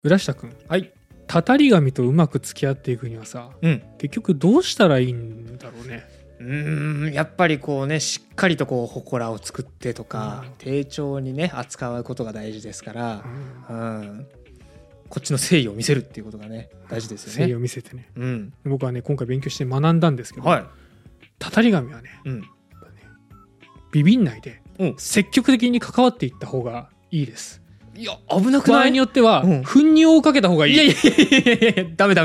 浦下くん、 はい。 たたり神とうまく付き合っていくにはさ、結局どうしたらいいんだろうね。 やっぱりこうね、しっかりとこう祠を作ってとか、丁重にね扱うことが大事ですから、こっちの誠意を見せるっていうことがね大事ですよね。 誠意を見せてね。僕はね今回勉強して学んだんですけど、たたり神はね、ビビんないで積極的に関わっていった方がいいです。 いや危なくない？ 場合によっては糞尿をかけた方がいい。 いやダメ。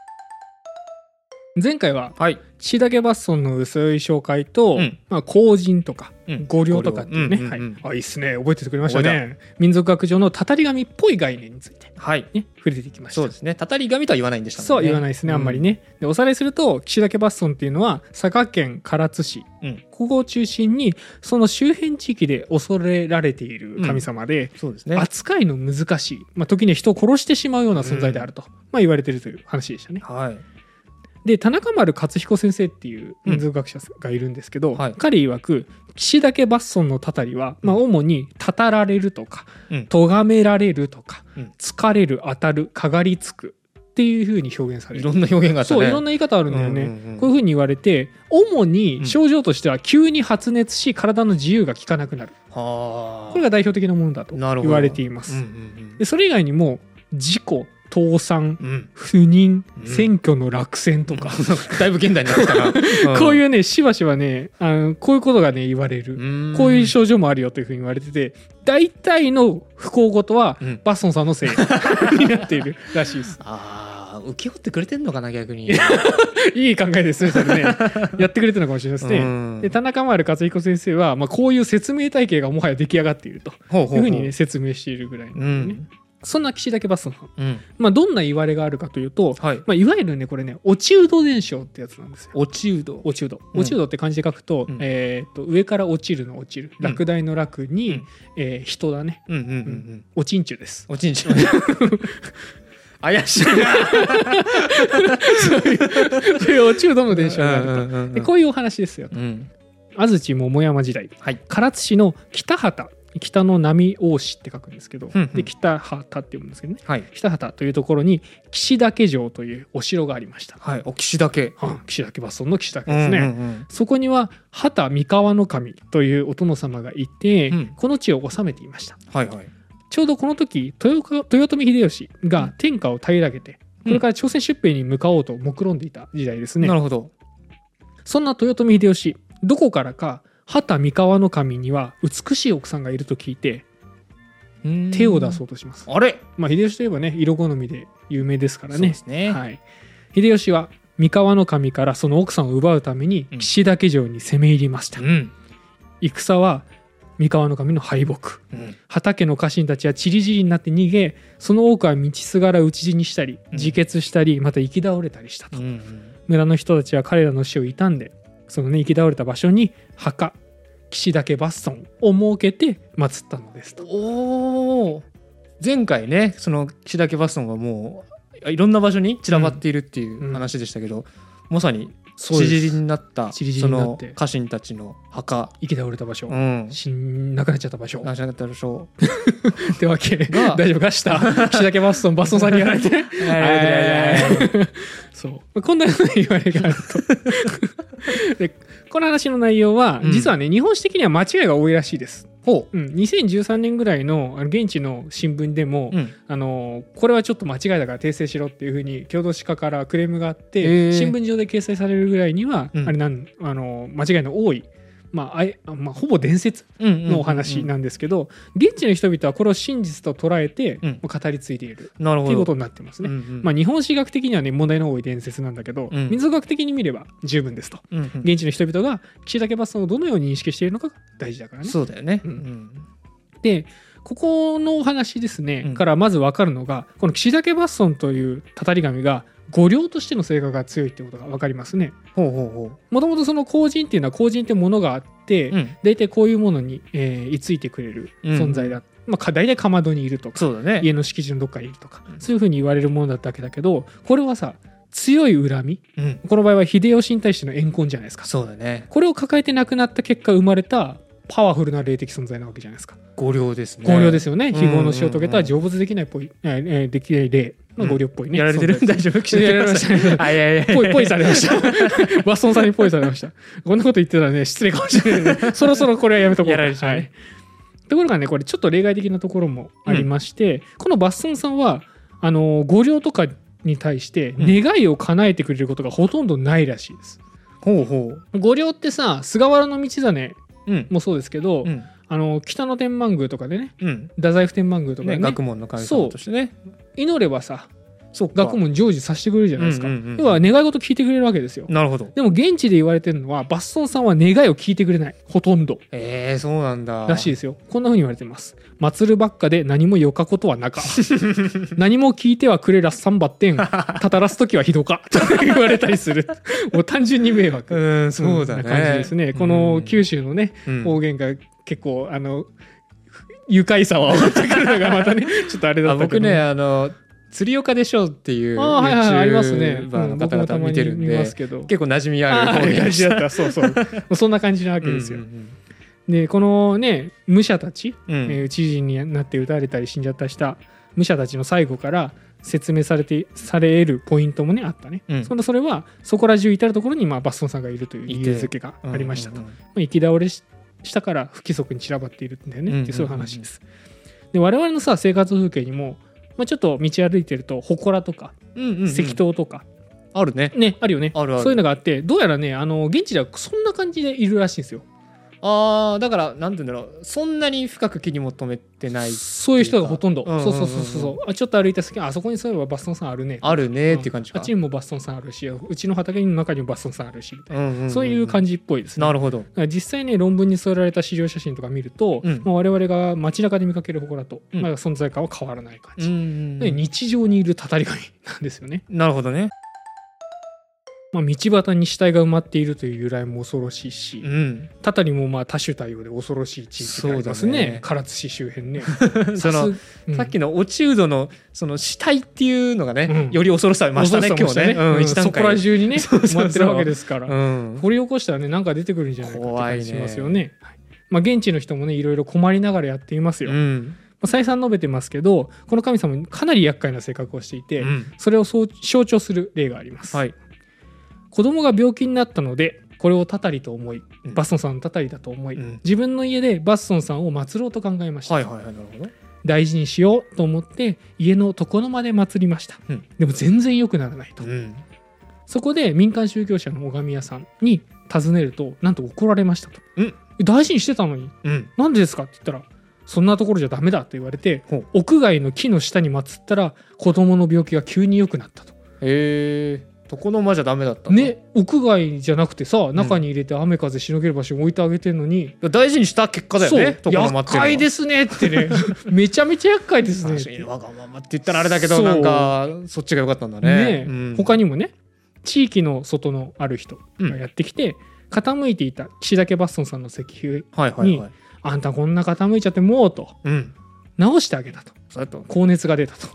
前回は岸岳伐尊の薄い紹介と、後人とか御陵とかっていうね、いいっすね、覚えててくれましたね。民族学上のたたり神っぽい概念について、触れていきました。 そうですね、たたり神とは言わないんでしたもんね。 そう言わないですね、あんまりね。でおさらいすると、岸岳伐尊っていうのは佐賀県唐津市、ここを中心にその周辺地域で恐れられている神様で、扱いの難しい、時には人を殺してしまうような存在であると、言われているという話でしたね。で田中丸勝彦先生っていう民族学者がいるんですけど、彼曰く岸岳伐尊のたたりは、主にたたられるとか、咎められるとか、疲れる、当たる、かがりつくっていう風に表現される。 いろんな表現があったね。 そういろんな言い方あるんだよね。こういう風に言われて、主に症状としては急に発熱し体の自由が利かなくなる。これが代表的なものだと言われています。でそれ以外にも事故、倒産、不妊、選挙の落選とか、 だいぶ現代になってきたな。 こういうねしばしばねこういうことがね言われる。こういう症状もあるよというふうに言われてて、大体の不幸事はバッソンさんのせいになっているらしいです。 請け負ってくれてんのかな逆に。 いい考えですねそれね。やってくれてるのかもしれないですね。で田中丸勝彦先生は、こういう説明体系がもはや出来上がっているというふうにね説明しているぐらいなんでね。そんな岸岳伐尊さん、どんな言われがあるかというと、いわゆるねこれね落ちうど伝承ってやつなんですよ。落ちうどって漢字で書くと、上から落ちるの落ちる、落第の落に、人だね。おちんちゅです。 おちんちゅ怪しいな。 そういう落ちうどの伝承があると。でこういうお話ですよ。安土桃山時代、唐津市の北畑、北の波大市って書くんですけど、で北畑って読むんですけどね、北畑というところに岸岳城というお城がありました。 岸岳、 岸岳伐尊の岸岳ですね。そこには畑三河の神というお殿様がいて、この地を治めていました。ちょうどこの時豊臣秀吉が天下を平らげて、これから朝鮮出兵に向かおうと目論んでいた時代ですね。 なるほど。 そんな豊臣秀吉、どこからか畑三河の神には美しい奥さんがいると聞いて手を出そうとします。 あれ、 秀吉といえばね色好みで有名ですからね。秀吉は三河の神からその奥さんを奪うために岸岳城に攻め入りました。戦は三河の神の敗北、畑の家臣たちはちりぢりになって逃げ、その多くは道すがら討ち死にしたり自決したり、また生き倒れたりしたと。村の人たちは彼らの死を悼んで、そのね生き倒れた場所に墓岸岳伐尊を設けて祀ったのですと。 前回ねその岸岳伐尊がもういろんな場所に散らばっているっていう話でしたけど、まさにちりぢりになったその家臣たちの墓、 生き倒れた場所、亡くなっちゃった場所ってわけが大丈夫かした岸岳伐尊さんにやられてそうこんなような言われがあると。でこの話の内容は、実はね日本史的には間違いが多いらしいです。2013年ぐらいの現地の新聞でも、これはちょっと間違いだから訂正しろっていうふうに共同歯科からクレームがあって、新聞上で掲載されるぐらいには、間違いの多い、ほぼ伝説のお話なんですけど、現地の人々はこれを真実と捉えて、語り継いでいるっていうことになってますね。日本史学的にはね問題の多い伝説なんだけど、民族学的に見れば十分ですと。現地の人々が岸岳伐尊をどのように認識しているのかが大事だからね。 そうだよね。 でここのお話ですね、からまず分かるのが、この岸岳伐尊というたたり神が御陵としての性格が強いってことが分かりますね。もともとその後人っていうのは後人ってものがあって、大体こういうものに、居ついてくれる存在だ、大体かまどにいるとか、家の敷地のどっかにいるとか、そういうふうに言われるものだったわけだけど、これはさ強い恨み、この場合は秀吉に対しての怨恨じゃないですか。 そうだね。 これを抱えて亡くなった結果生まれたパワフルな霊的存在なわけじゃないですか。 五稜ですね。 五稜ですよね。非業の死を遂げた成仏できないっぽい、できない霊、五稜っぽいね。 やられてる？大丈夫？ やられました。 いやポイされました。バッソンさんにポイされました。こんなこと言ってたらね、失礼かもしれないので、そろそろこれはやめとこう。 やられちゃうね。 はい。ところがね、これちょっと例外的なところもありまして、このバッソンさんは五稜とかに対して願いを叶えてくれることがほとんどないらしいです。 ほうほう。五稜ってさ、菅原道真もそうですけど、北野天満宮とかでね、太宰府天満宮とかでね、 学問の神様としてね、 祈ればさ、学問成就させてくれるじゃないですか。要は願い事聞いてくれるわけですよ。 なるほど。 でも現地で言われてるのはバッソンさんは願いを聞いてくれない、ほとんど。 そうなんだ。 らしいですよ。こんな風に言われてます。祭るばっかで何もよかことはなか。何も聞いてはくれらっさんばってん。たたらすときはひどか。と言われたりする。もう単純に迷惑。 そうだね。 な感じですね。この九州のね、方言が結構愉快さを煽ってくるのがまたね、ちょっとあれだったけど。 僕ね、釣り岡でしょうっていう YouTuber の方々見てるんで、結構馴染みある方言でした。 そんな感じなわけですよ。でこのね武者たち、知事になって撃たれたり死んじゃったした武者たちの最後から説明されるポイントもねあったね。それはそこら中至る所にバッソンさんがいるという理由付けがありましたと。行き倒れしたから不規則に散らばっているんだよねってそういう話です。で我々のさ生活風景にもちょっと道歩いてると祠とか石塔とかあるね。 あるよね。そういうのがあってどうやらね現地ではそんな感じでいるらしいんですよ。 だからなんて言うんだろう、そんなに深く気に求めてないそういう人がほとんど。そうちょっと歩いた先あそこにそういえばバッソンさんあるねっていう感じか。 あっちにもバッソンさんあるしうちの畑の中にもバッソンさんあるしみたいな、そういう感じっぽいですね。 なるほど。 実際ね論文に添えられた資料写真とか見ると、我々が街中で見かける祠と、存在感は変わらない感じ、で日常にいるたたり神なんですよね。 なるほどね。 道端に死体が埋まっているという由来も恐ろしいし、たたりも多種多様で恐ろしい地域がありますね。唐津市周辺ね。 さっきの落人のその死体っていうのがね、より恐ろしさを増したね今日ね。 そこら中にね埋まってるわけですから、掘り起こしたらねなんか出てくるんじゃないかって感じしますよね。現地の人もねいろいろ困りながらやっていますよ。再三述べてますけどこの神様かなり厄介な性格をしていて、それを象徴する例があります。子供が病気になったのでこれをたたりと思い、バッソンさんのたたりだと思い、自分の家でバッソンさんを祀ろうと考えました。大事にしようと思って家の床の間で祀りました。でも全然良くならないと、そこで民間宗教者の拝み屋さんに尋ねるとなんと怒られましたと。大事にしてたのに、なんでですかって言ったらそんなところじゃダメだと言われて、屋外の木の下に祀ったら子供の病気が急に良くなったと。 床の間じゃダメだったね。屋外じゃなくてさ中に入れて雨風しのげる場所に置いてあげてるのに、 大事にした結果だよね。 厄介ですねってねめちゃめちゃ厄介ですね。 わがままって言ったらあれだけどなんかそっちが良かったんだね。 他にもね地域の外のある人がやってきて、傾いていた岸岳バッソンさんの石碑にあんたこんな傾いちゃってもうと、直してあげたと。高熱が出たと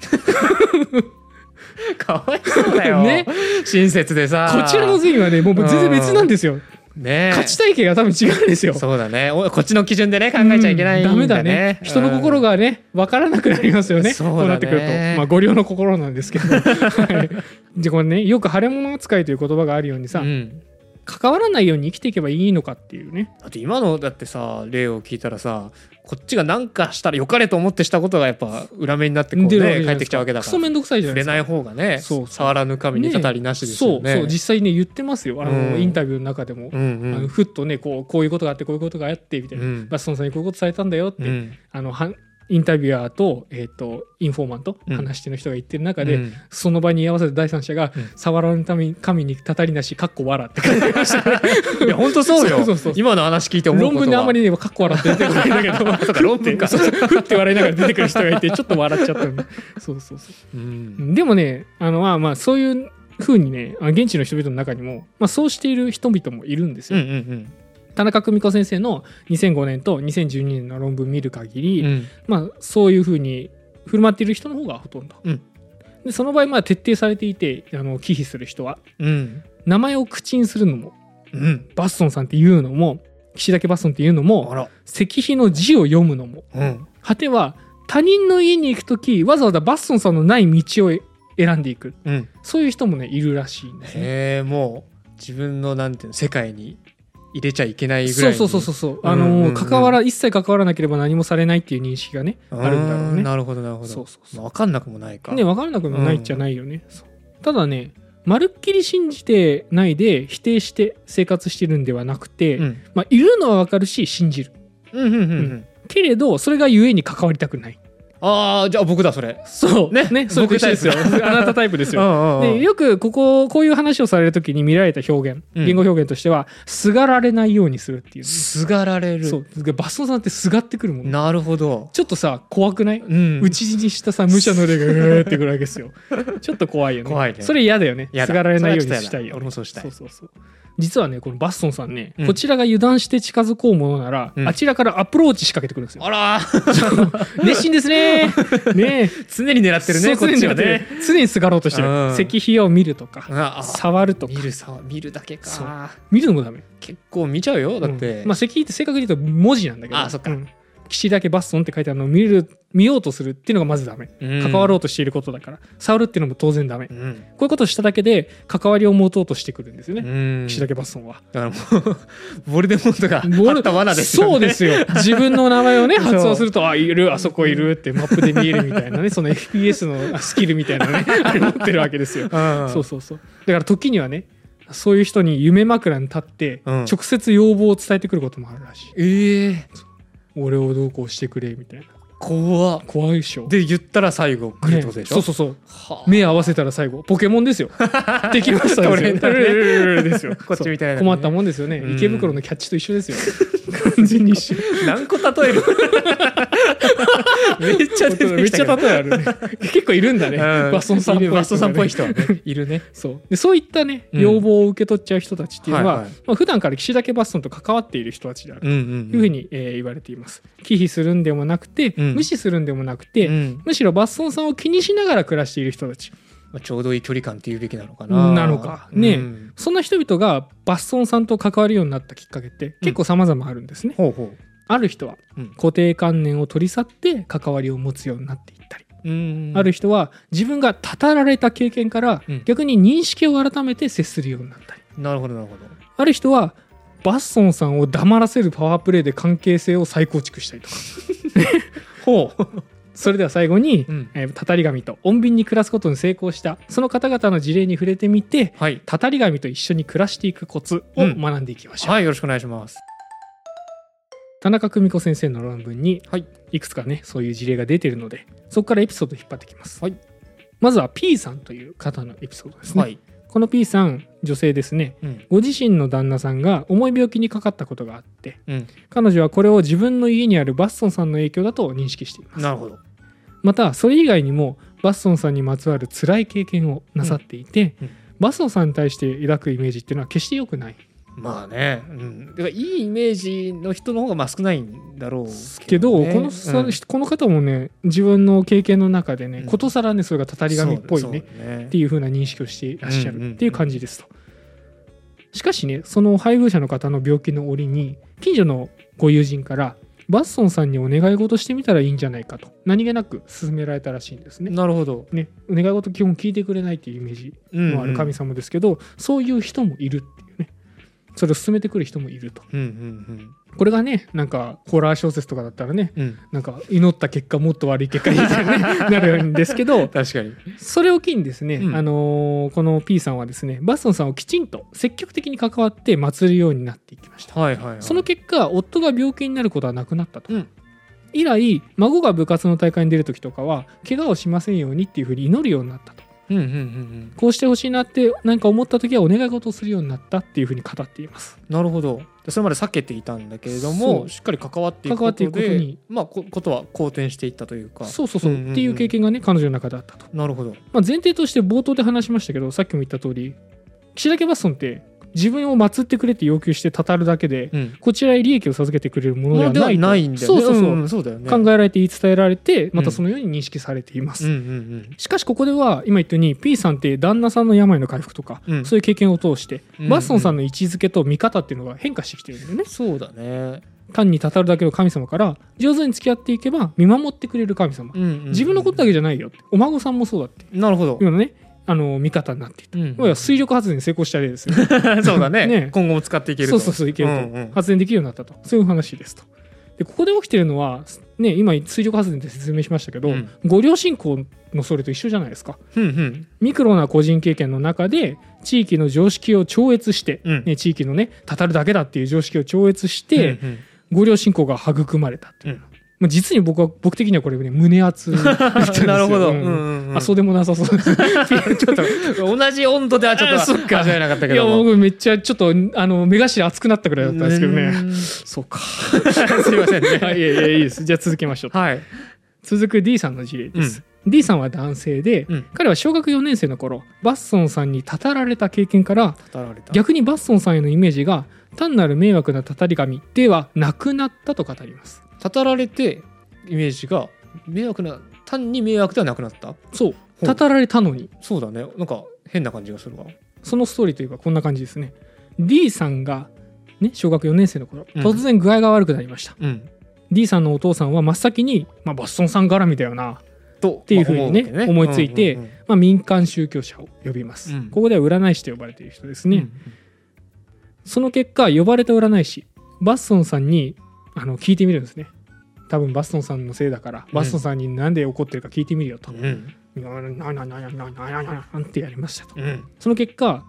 かわいそうだよ、ね、親切でさこちらの善意はねもう全然別なんですよ、価値体系が多分違うんですよ。 そうだね。こっちの基準でね考えちゃいけないんだね。 ダメだね。人の心がね分からなくなりますよね。こうなってくるとご両の心なんですけどでこれねよく腫れ物扱いという言葉があるようにさ、関わらないように生きていけばいいのかっていうね。 だって今のだってさ例を聞いたらさこっちが何かしたらよかれと思ってしたことがやっぱ裏目になってこうね帰ってきちゃうわけだから。 クソめんどくさいじゃないですか。 触れない方がね。触らぬ神にたたりなしですよね。 そう実際ね言ってますよ。インタビューの中でも、ふっとねこういうことがあってこういうことがあってみたいな、バッソンさんにこういうことされたんだよって、インタビュアーと、インフォーマント、話し手の人が言ってる中で、その場に居合わせた第三者が、触らぬ神にたたりなしかっこ笑って書いてましたね。 いや本当そうよ。今の話聞いて思うことは論文であんまりねかっこ笑って出てこないんだけどそうか論文かふって笑いながら出てくる人がいてちょっと笑っちゃったんででもねそういう風にね現地の人々の中にも、そうしている人々もいるんですよ。田中久美子先生の2005年と2012年の論文見る限り、そういうふうに振る舞っている人の方がほとんど、でその場合徹底されていて忌避する人は、名前を口にするのも、バッソンさんっていうのも岸田家バッソンっていうのも石碑の字を読むのも、果ては他人の家に行くときわざわざバッソンさんのない道を選んでいく、そういう人もねいるらしいんですね。 もう自分のなんていうの世界に入れちゃいけないぐらいにそう一切関わらなければ何もされないっていう認識がねあるんだろうね。 なるほどなるほど。そう分かんなくもないかね、分からなくもないじゃないよね。ただねまるっきり信じてないで否定して生活してるんではなくて、いるのは分かるし信じる、けれどそれがゆえに関わりたくない。 じゃあ僕だそれ。 そうね、そういうことですよ。あなたタイプですよ。でよくこういう話をされるときに見られた表現、言語表現としてはすがられないようにするっていう、 すがられる。 そうバッソンさんってすがってくるもん。 なるほど。 ちょっとさ怖くない？打ち死にしたさ武者の霊がうーってくるわけですよ。ちょっと怖いよね。 怖いね。 それ嫌だよね。すがられないようにしたいよ。 俺もそうしたい。 そう実はねこのバッソンさんね、こちらが油断して近づこうものなら、あちらからアプローチ仕掛けてくるんですよ。 あら熱心ですね。ね常に狙ってるね。こっちはね常にすがろうとしてる。石碑を見るとか触るとか。 見るだけか。 見るのもダメ。 結構見ちゃうよだって。 石碑って正確に言うと文字なんだけど。 そっか。 岸田家バッソンって書いてあるのを見ようとするっていうのがまずダメ、関わろうとしていることだから。触るっていうのも当然ダメ、こういうことをしただけで関わりを持とうとしてくるんですよね、岸田家バッソンは。 だからもうボルデモートが張った罠ですよね。 そうですよ。自分の名前をね発音するといるあそこいるってマップで見えるみたいなね、その FPS のスキルみたいなねあれ持ってるわけですよ。そうだから時にはねそういう人に夢枕に立って直接要望を伝えてくることもあるらしい。俺をどうこうしてくれみたいな。怖いでしょ。で言ったら最後来るってことでしょ。 そう目合わせたら最後ポケモンですよ。できましたですよ。 こっちみたいな困ったもんですよね。池袋のキャッチと一緒ですよ。完全に一緒。 何個例える。めっちゃ例えあるね。結構いるんだね。バッソンさんっぽい人はねいるね。そういったね要望を受け取っちゃう人たちっていうのは普段から岸田家バッソンと関わっている人たちであるというふうに言われています。忌避するんでもなくて無視するんでもなくて、むしろバッソンさんを気にしながら暮らしている人たち、 ちょうどいい距離感っていうべきなのかな。 そんな人々がバッソンさんと関わるようになったきっかけって結構様々あるんですね。ある人は固定観念を取り去って関わりを持つようになっていったり、ある人は自分がたたられた経験から逆に認識を改めて接するようになったり、ある人はバッソンさんを黙らせるパワープレイで関係性を再構築したりとかそれでは最後に、たたり神と穏便に暮らすことに成功したその方々の事例に触れてみて、たたり神と一緒に暮らしていくコツを学んでいきましょう。 よろしくお願いします。 田中久美子先生の論文にいくつかねそういう事例が出ているので、そこからエピソードを引っ張ってきます。まずは P さんという方のエピソードですね。この P さん女性ですね、ご自身の旦那さんが重い病気にかかったことがあって、彼女はこれを自分の家にあるバッソンさんの影響だと認識しています。 なるほど。 またそれ以外にもバッソンさんにまつわる辛い経験をなさっていて、バッソンさんに対して抱くイメージっていうのは決して良くない。 だからいいイメージの人の方が少ないんだろうけど、この方もね自分の経験の中でね、ことさらねそれがたたり神っぽいねっていう風な認識をしていらっしゃるっていう感じですと。しかしねその配偶者の方の病気の折に近所のご友人からバッソンさんにお願い事してみたらいいんじゃないかと何気なく勧められたらしいんですね。 なるほどね。お願い事基本聞いてくれないっていうイメージのある神様ですけど、そういう人もいるっていうね、それを進めてくる人もいると、これがねなんかホラー小説とかだったらね、なんか祈った結果もっと悪い結果に、なるんですけど確かにそれを機にですね、この P さんはですねバッソンさんをきちんと積極的に関わって祀るようになっていきました。その結果夫が病気になることはなくなったと、以来孫が部活の大会に出る時とかは怪我をしませんようにっていうふうに祈るようになったと。こうしてほしいなって何か思った時はお願い事をするようになったっていうふうに語っています。 なるほど。それまで避けていたんだけれどもしっかり関わっていくことでことは好転していったというか、 っていう経験がね彼女の中であったと。 なるほど。 前提として冒頭で話しましたけどさっきも言った通り岸田家バッソンって自分を祀ってくれって要求してたたるだけで、 うん、 こちらへ利益を授けてくれるものではないと、 ないんだよね。そうだよね。 考えられて言い伝えられて、またそのように認識されています。しかしここでは今言ったように P さんって旦那さんの病の回復とか、そういう経験を通して、バッソンさんの位置づけと見方っていうのが変化してきてるんだよね。 そうだね。 単にたたるだけの神様から上手に付き合っていけば見守ってくれる神様、自分のことだけじゃないよって、お孫さんもそうだって、 なるほど、 今のね味方になっていた、水力発電に成功した例ですよねそうだね今後も使っていけると、 そういけると、発電できるようになったと、そういう話ですと。でここで起きてるのは、ね、今水力発電って説明しましたけど、ご両親公のそれと一緒じゃないですか、ミクロな個人経験の中で地域の常識を超越して、地域のねたたるだけだっていう常識を超越して、ご両親公が育まれたっていう、実に僕的にはこれね胸熱なるほど、 そうでもなさそうですちょっと同じ温度ではちょっと味わえなかったけども、 いや僕めっちゃちょっと目頭熱くなったぐらいだったんですけどねそうかすいませんねいいですじゃあ続けましょう、続く D さんの事例です、D さんは男性で、彼は小学4年生の頃バッソンさんにたたられた経験から逆にバッソンさんへのイメージが単なる迷惑なたたり神ではなくなったと語ります。 たたられてイメージが単に迷惑ではなくなった。 そうたたられたのに。 そうだね、なんか変な感じがするわ。 そのストーリーというかこんな感じですね。 D さんが、ね、小学4年生の頃突然具合が悪くなりました、D さんのお父さんは真っ先に、バッソンさん絡みだよなっていうふうにね、思いついて、民間宗教者を呼びます、ここでは占い師と呼ばれている人ですね、その結果呼ばれた占い師バッソンさんに聞いてみるんですね。多分バッソンさんのせいだから、バッソンさんになんで怒ってるか聞いてみるよと、なんてやりましたと、その結果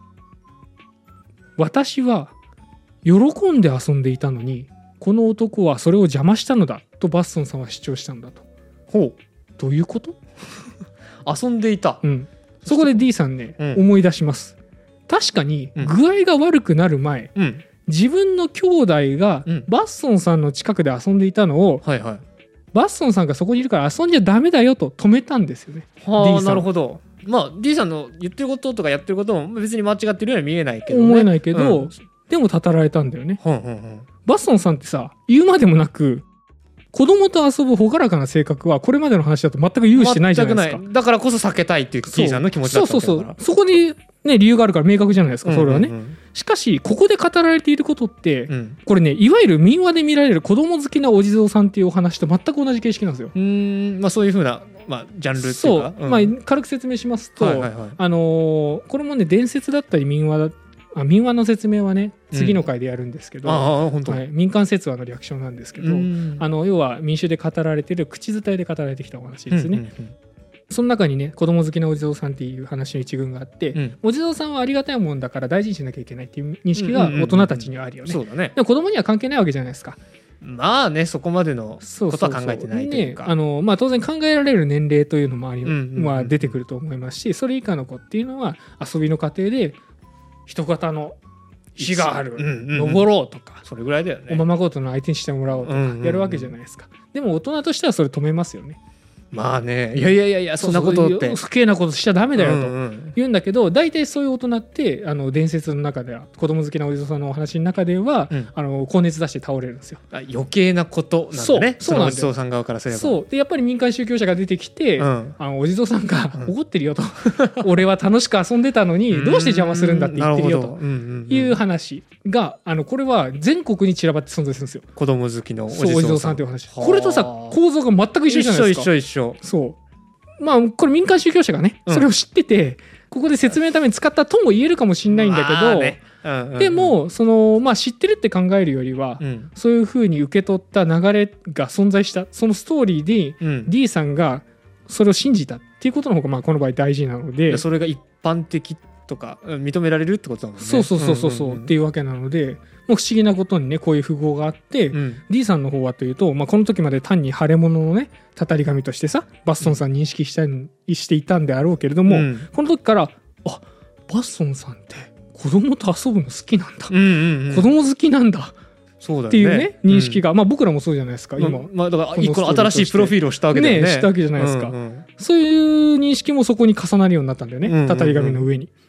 私は喜んで遊んでいたのにこの男はそれを邪魔したのだとバッソンさんは主張したんだと。どういうこと遊んでいた、 そこで D さんね、思い出します。確かに具合が悪くなる前、自分の兄弟がバッソンさんの近くで遊んでいたのを、バッソンさんがそこにいるから遊んじゃダメだよと止めたんですよね。 なるほど。D さんの言ってることとかやってることも別に間違ってるように見えないけど、 思えないけど、でもたたられたんだよね。バッソンさんってさ、言うまでもなく子供と遊ぶ朗らかな性格はこれまでの話だと全く有してないじゃないですか。 だからこそ避けたいっていう T さんの気持ちだったんだから。 そこにね理由があるから明確じゃないですか、それはね。しかしここで語られていることって、これねいわゆる民話で見られる子供好きなお地蔵さんっていうお話と全く同じ形式なんですよ。 そういう風なジャンルっていうか、 軽く説明しますと、これもね伝説だったり民話の説明はね次の回でやるんですけど、民間説話の略称なんですけど、要は民衆で語られている口伝えで語られてきたお話ですね。その中にね子供好きなお地蔵さんっていう話の一群があって、お地蔵さんはありがたいもんだから大事にしなきゃいけないっていう認識が大人たちにはあるよね。でも子供には関係ないわけじゃないですか。 そこまでのことは考えてないというか、 当然考えられる年齢というのもは出てくると思いますし、それ以下の子っていうのは遊びの過程で人型の石がある、登ろうとか、 それぐらいだよね。 おままごとの相手にしてもらおうとかやるわけじゃないですか。でも大人としてはそれ止めますよね。 いやそんなことって不敬なことしちゃダメだよと言うんだけど、大体そういう大人って伝説の中では子供好きなお地蔵さんのお話の中では、高熱出して倒れるんですよ。 余計なことなんだね。そのお地蔵さん側からすれば。 そうでやっぱり民間宗教者が出てきて、お地蔵さんが怒ってるよと俺は楽しく遊んでたのにどうして邪魔するんだって言ってるよという話がこれは全国に散らばって存在するんですよ。 子供好きのお地蔵さんという話。これとさ構造が全く一緒じゃないですか。 一緒。 そうこれ民間宗教者がね、それを知っててここで説明のために使ったとも言えるかもしれないんだけど、でも知ってるって考えるよりは、そういうふうに受け取った流れが存在したそのストーリーで、D さんがそれを信じたっていうことの方がこの場合大事なので、 それが一般的とか認められるってことだもんね。 そうっていうわけなので、もう不思議なことにねこういう符号があって、D さんの方はというと、この時まで単に腫れ物のねたたり神としてさバッソンさん認識していたんであろうけれども、この時からバッソンさんって子供と遊ぶの好きなんだ、子供好きなんだっていうね認識が、僕らもそうじゃないですか今、 だから一個の新しいプロフィールをしたわけだよね。 したわけじゃないですか、そういう認識もそこに重なるようになったんだよね、たたり神の上に。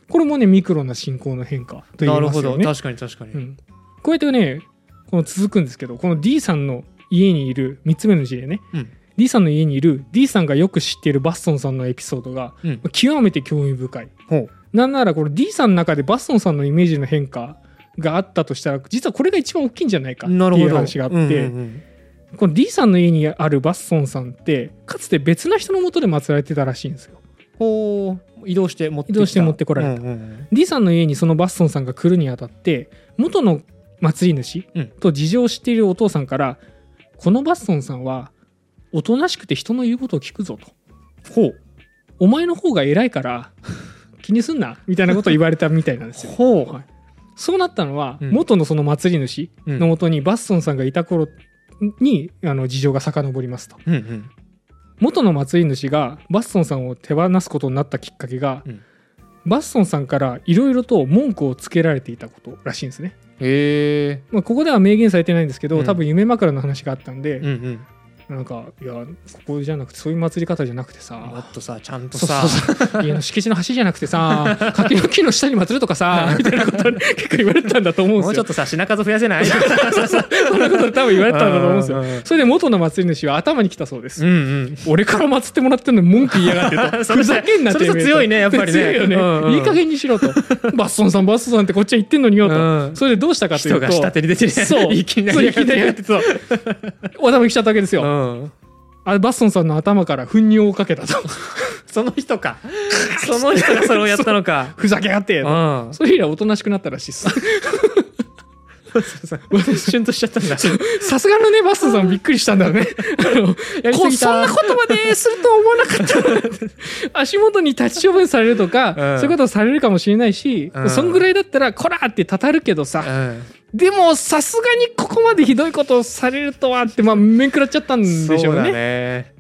これもねミクロな進行の変化と言いますよね。 なるほど、確かに確かに、 こうやってねこの続くんですけど、この D さんの家にいる3つ目の事例ね、D さんの家にいる D さんがよく知っているバッソンさんのエピソードが、極めて興味深い。なんならこの D さんの中でバッソンさんのイメージの変化があったとしたら、実はこれが一番大きいんじゃないかっていう話があって、この D さんの家にあるバッソンさんってかつて別な人の元で祀られてたらしいんですよ。 移動して持ってこられた、D さんの家にそのバッソンさんが来るにあたって元の祭り主と事情を知っているお父さんから、このバッソンさんはおとなしくて人の言うことを聞くぞと、お前の方が偉いから気にすんなみたいなことを言われたみたいなんですよ。そうなったのは、元のその祭り主のもとにバッソンさんがいた頃に事情が遡りますと、元の祭り主がバッソンさんを手放すことになったきっかけが、バッソンさんからいろいろと文句をつけられていたことらしいんですね。ここでは明言されてないんですけど、多分夢枕の話があったんで、なんかいやここじゃなくてそういう祭り方じゃなくてさ、 もっとさちゃんとさ家の敷地の端じゃなくてさ柿の木の下に祭るとかさみたいなこと結構言われたんだと思うんですよ。 もうちょっとさ品数増やせないそんなこと多分言われたんだと思うんですよ。それで元の祭り主は頭にきたそうです、俺から祭ってもらってんのに文句言いやがってとふざけんなって。 それ強いねやっぱりね。 強いよね、いい加減にしろとバッソンさんってこっちは言ってんのによと、それでどうしたかというと、 人が下手に出てね、 そういきなりやってそう頭にきちゃったわけですよ。バッソンさんの頭から糞尿をかけたとその人がそれをやったのかふざけやがって、それ以来おとなしくなったらしいっすシュンとしちゃったんだ。 さすがのねバッソンさんびっくりしたんだよねそんなことまでするとは思わなかった足元に立ち処分されるとか、そういうことをされるかもしれないし、そんぐらいだったらこらってたたるけどさ、でもさすがにここまでひどいことをされるとはって面食らっちゃったんでしょうね。 そうだね。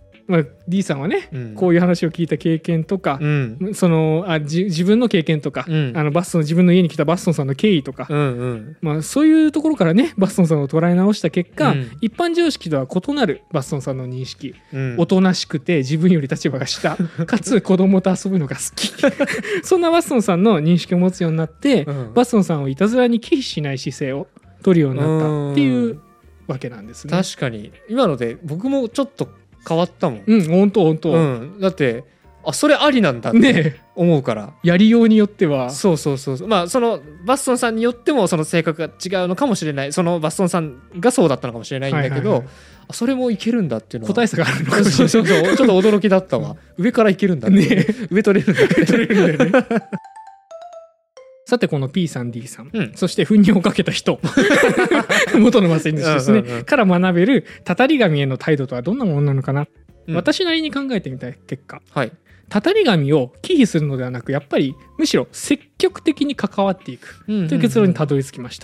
D さんはね、こういう話を聞いた経験とか、その自分の経験とか、自分の家に来たバッソンさんの経緯とか、そういうところからねバッソンさんを捉え直した結果、一般常識とは異なるバッソンさんの認識、おとなしくて自分より立場が下かつ子供と遊ぶのが好きそんなバッソンさんの認識を持つようになって、バッソンさんをいたずらに忌避しない姿勢を取るようになったっていうわけなんですね。 確かに今ので僕もちょっと変わったもん。 本当、 だってそれありなんだって思うから、 やりようによってはそうそのバッソンさんによってもその性格が違うのかもしれない、そのバッソンさんがそうだったのかもしれないんだけど、それもいけるんだっていうのは個体差があるのかもしれないちょっと驚きだったわ上からいけるんだね上取れるんだね取れるんだよねさてこの P さん D さん、そして糞尿をかけた人元の祭り主ですねから学べるたたり神への態度とはどんなものなのかな、私なりに考えてみた結果、たたり神を忌避するのではなく、やっぱりむしろ積極的に関わっていくという結論にたどり着きました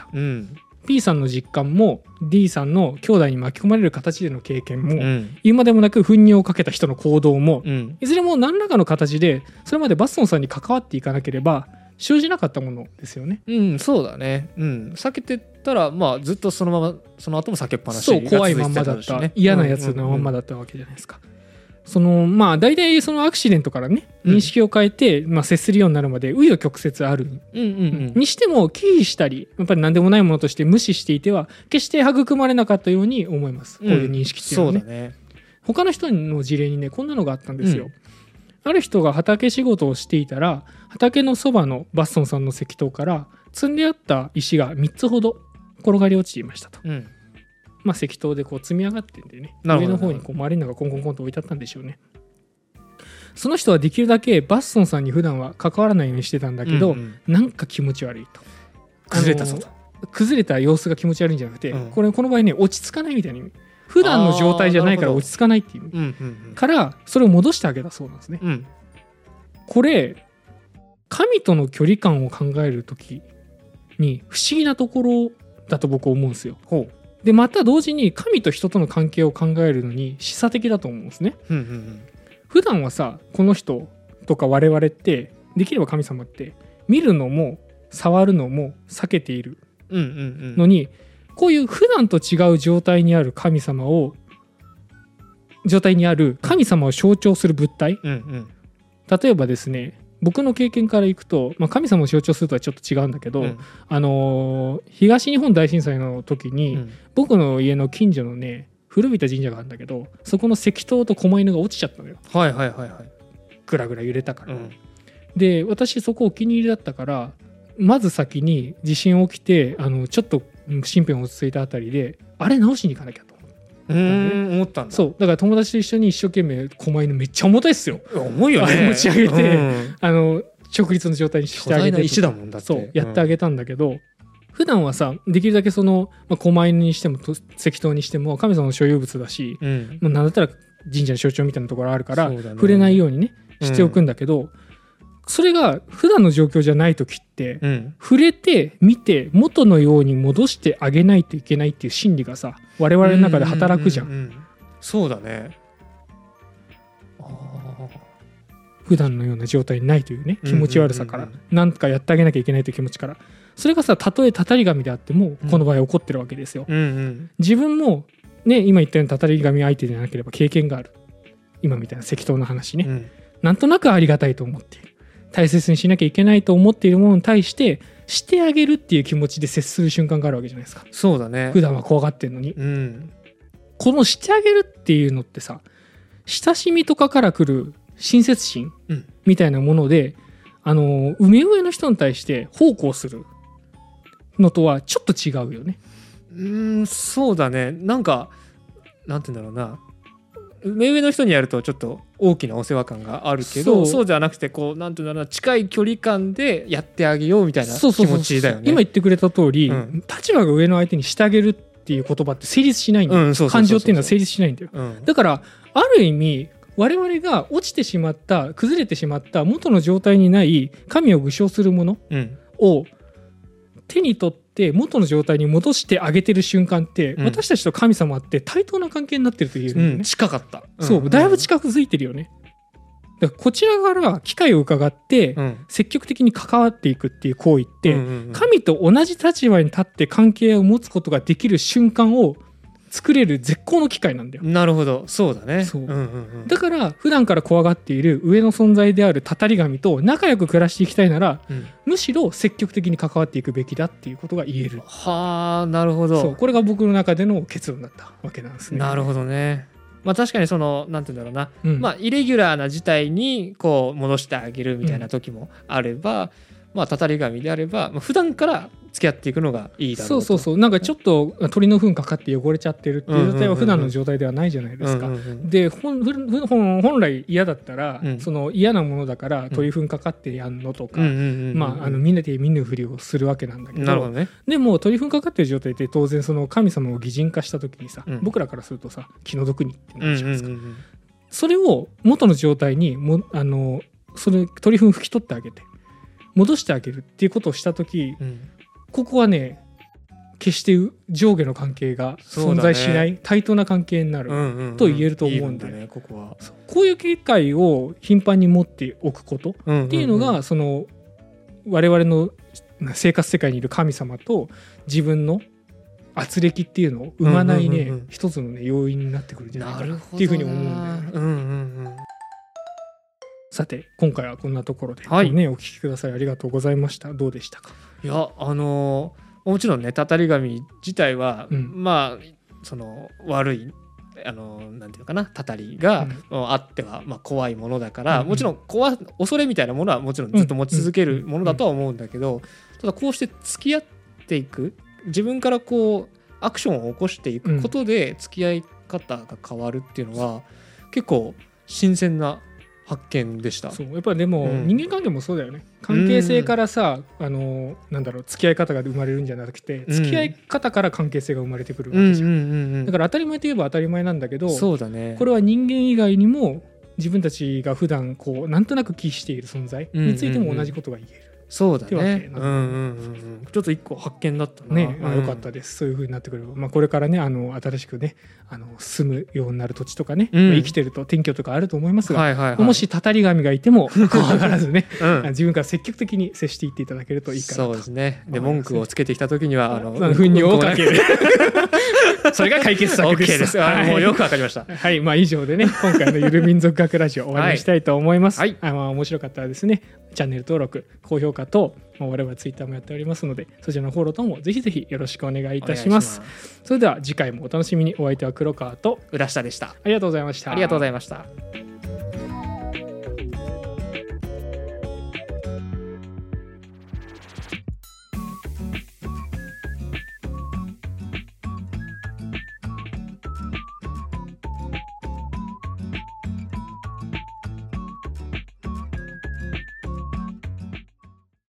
。P さんの実感も D さんの兄弟に巻き込まれる形での経験も、言うまでもなく糞尿をかけた人の行動も、いずれも何らかの形でそれまでバッソンさんに関わっていかなければ生じなかったものですよね。 そうだね。避けてったらずっとそのままその後も避けっぱなしが続いてたし、怖いまんまだった、嫌なやつのまんまだったわけじゃないですか。大体そのアクシデントからね認識を変えて、接するようになるまで紆余曲折あるにしても、忌避したりやっぱり何でもないものとして無視していては決して育まれなかったように思います、こういう認識っていうのはね。そうだね。他の人の事例にねこんなのがあったんですよ。ある人が畑仕事をしていたら、畑のそばのバッソンさんの石塔から積んであった石が3つほど転がり落ちていましたと。石塔でこう積み上がってんでね、上の方にこう周りのがコンコンコンと置いてあったんでしょうね。その人はできるだけバッソンさんに普段は関わらないようにしてたんだけど、なんか気持ち悪いと。 崩れたそうだ。 崩れた様子が気持ち悪いんじゃなくて、この場合ね落ち着かないみたいな意味。普段の状態じゃないから落ち着かないっていう、からそれを戻してあげたそうなんですね。これ神との距離感を考えるときに不思議なところだと僕は思うんですよ。でまた同時に神と人との関係を考えるのに示唆的だと思うんですね。普段はさこの人とか我々ってできれば神様って見るのも触るのも避けているのに、こういう普段と違う状態にある神様を象徴する物体、例えばですね僕の経験からいくと、神様を象徴するとはちょっと違うんだけど、東日本大震災の時に、僕の家の近所のね古びた神社があるんだけど、そこの石塔と狛犬が落ちちゃったのよ。 はいはいはいはい。 ぐらぐら揺れたから、で私そこお気に入りだったから、まず先に地震起きてちょっと身辺落ち着いたあたりであれ直しに行かなきゃと思ったんだ。 そうだから友達と一緒に一生懸命狛犬めっちゃ重たいっすよ。 重いよね。 持ち上げて、直立の状態にしてあげて、 巨大な石だもんだって。 そうやってあげたんだけど、普段はさできるだけその狛犬にしても石塔にしても神様の所有物だし、なんだったら神社の象徴みたいなところあるから、触れないようにねしておくんだけど、それが普段の状況じゃない時って、触れて見て元のように戻してあげないといけないっていう心理がさ我々の中で働くじゃん。 そうだね。 普段のような状態にないというね気持ち悪さから、なんかやってあげなきゃいけないという気持ちから、それがさたとえたたり神であってもこの場合起こってるわけですよ。自分もね今言ったようにたたり神相手でなければ経験がある、今みたいな石塔の話ね、なんとなくありがたいと思っている、大切にしなきゃいけないと思っているものに対してしてあげるっていう気持ちで接する瞬間があるわけじゃないですか。 そうだね。 普段は怖がってるのに、このしてあげるっていうのってさ親しみとかから来る親切心みたいなもので、目上の人に対して奉公するのとはちょっと違うよね。 そうだね。なんかなんて言うんだろうな、目上の人にやるとちょっと大きなお世話感があるけど、そうじゃなくてこうなんていうんだろうな、近い距離感でやってあげようみたいな気持ちだよね。 今言ってくれた通り、立場が上の相手にしてあげるっていう言葉って成立しないんだよ。感情っていうのは成立しないんだよ。だからある意味我々が落ちてしまった崩れてしまった元の状態にない神を具象するものを手に取って元の状態に戻してあげてる瞬間って、私たちと神様って対等な関係になってると言えるんだよね。 近かった。 そうだいぶ近づいてるよね。だからこちら側が機会を伺って積極的に関わっていくっていう行為って、神と同じ立場に立って関係を持つことができる瞬間を作れる絶好の機会なんだよ。 なるほど、そうだね。 だから普段から怖がっている上の存在であるたたり神と仲良く暮らしていきたいなら、むしろ積極的に関わっていくべきだっていうことが言える。 はあ、なるほど。 そうこれが僕の中での結論だったわけなんですね。 なるほどね。確かにそのなんて言うんだろうな、イレギュラーな事態にこう戻してあげるみたいな時もあれば、たたり神であれば、普段から付き合っていくのがいいだろうと。そうなんかちょっと鳥の糞かかって汚れちゃってるっていう状態は普段の状態ではないじゃないですか。で本来嫌だったら、その嫌なものだから鳥糞かかってやんのとか、みんなで見ぬふりをするわけなんだけど、でも鳥糞かかってる状態って当然その神様を擬人化した時にさ、僕らからするとさ気の毒にってなるじゃないですか。それを元の状態にそれ鳥糞拭き取ってあげて戻してあげるっていうことをした時、ここはね決して上下の関係が存在しない、対等な関係になると言えると思うんで、 ここはこういう機会を頻繁に持っておくことっていうのが、その我々の生活世界にいる神様と自分の圧力っていうのを生まないね、一つのね要因になってくるんじゃないかなっていうふうに思うんだよね。さて今回はこんなところで、お聞きくださいありがとうございました。どうでしたか？ いやもちろんねたたり神自体は、その悪いなんていうのかな、たたりがあっては、怖いものだから、もちろん恐れみたいなものはもちろんずっと持ち続けるものだとは思うんだけど、ただこうして付き合っていく、自分からこうアクションを起こしていくことで付き合い方が変わるっていうのは、結構新鮮な発見でした。 そうやっぱりでも、人間関係もそうだよね。関係性からさ、なんだろう、付き合い方が生まれるんじゃなくて、付き合い方から関係性が生まれてくるわけじゃん。だから当たり前といえば当たり前なんだけど、 そうだね、 これは人間以外にも自分たちが普段こうなんとなく気している存在についても同じことが言える。 そうだってわけね。 なちょっと一個発見だったな。 ね、よかったです。そういう風になってくれば、これからね新しくね住むようになる土地とかね、生きてると転居とかあると思いますが、もしたたり神がいても怖がらずね、自分から積極的に接していっていただけるといいかなと。 そうですね。で文句をつけてきた時には糞尿をかけるそれが解決策です。 OK です。もうよくわかりました。 はい、以上でね今回のゆる民族学ラジオ終わりにしたいと思います。面白かったらですねチャンネル登録高評価と我々ツイッターもやっておりますので、そちらのフォローともぜひぜひよろしくお願いいたします。それでは次回もお楽しみに。お相手は黒川と浦下でした。 ありがとうございました。 ありがとうございました。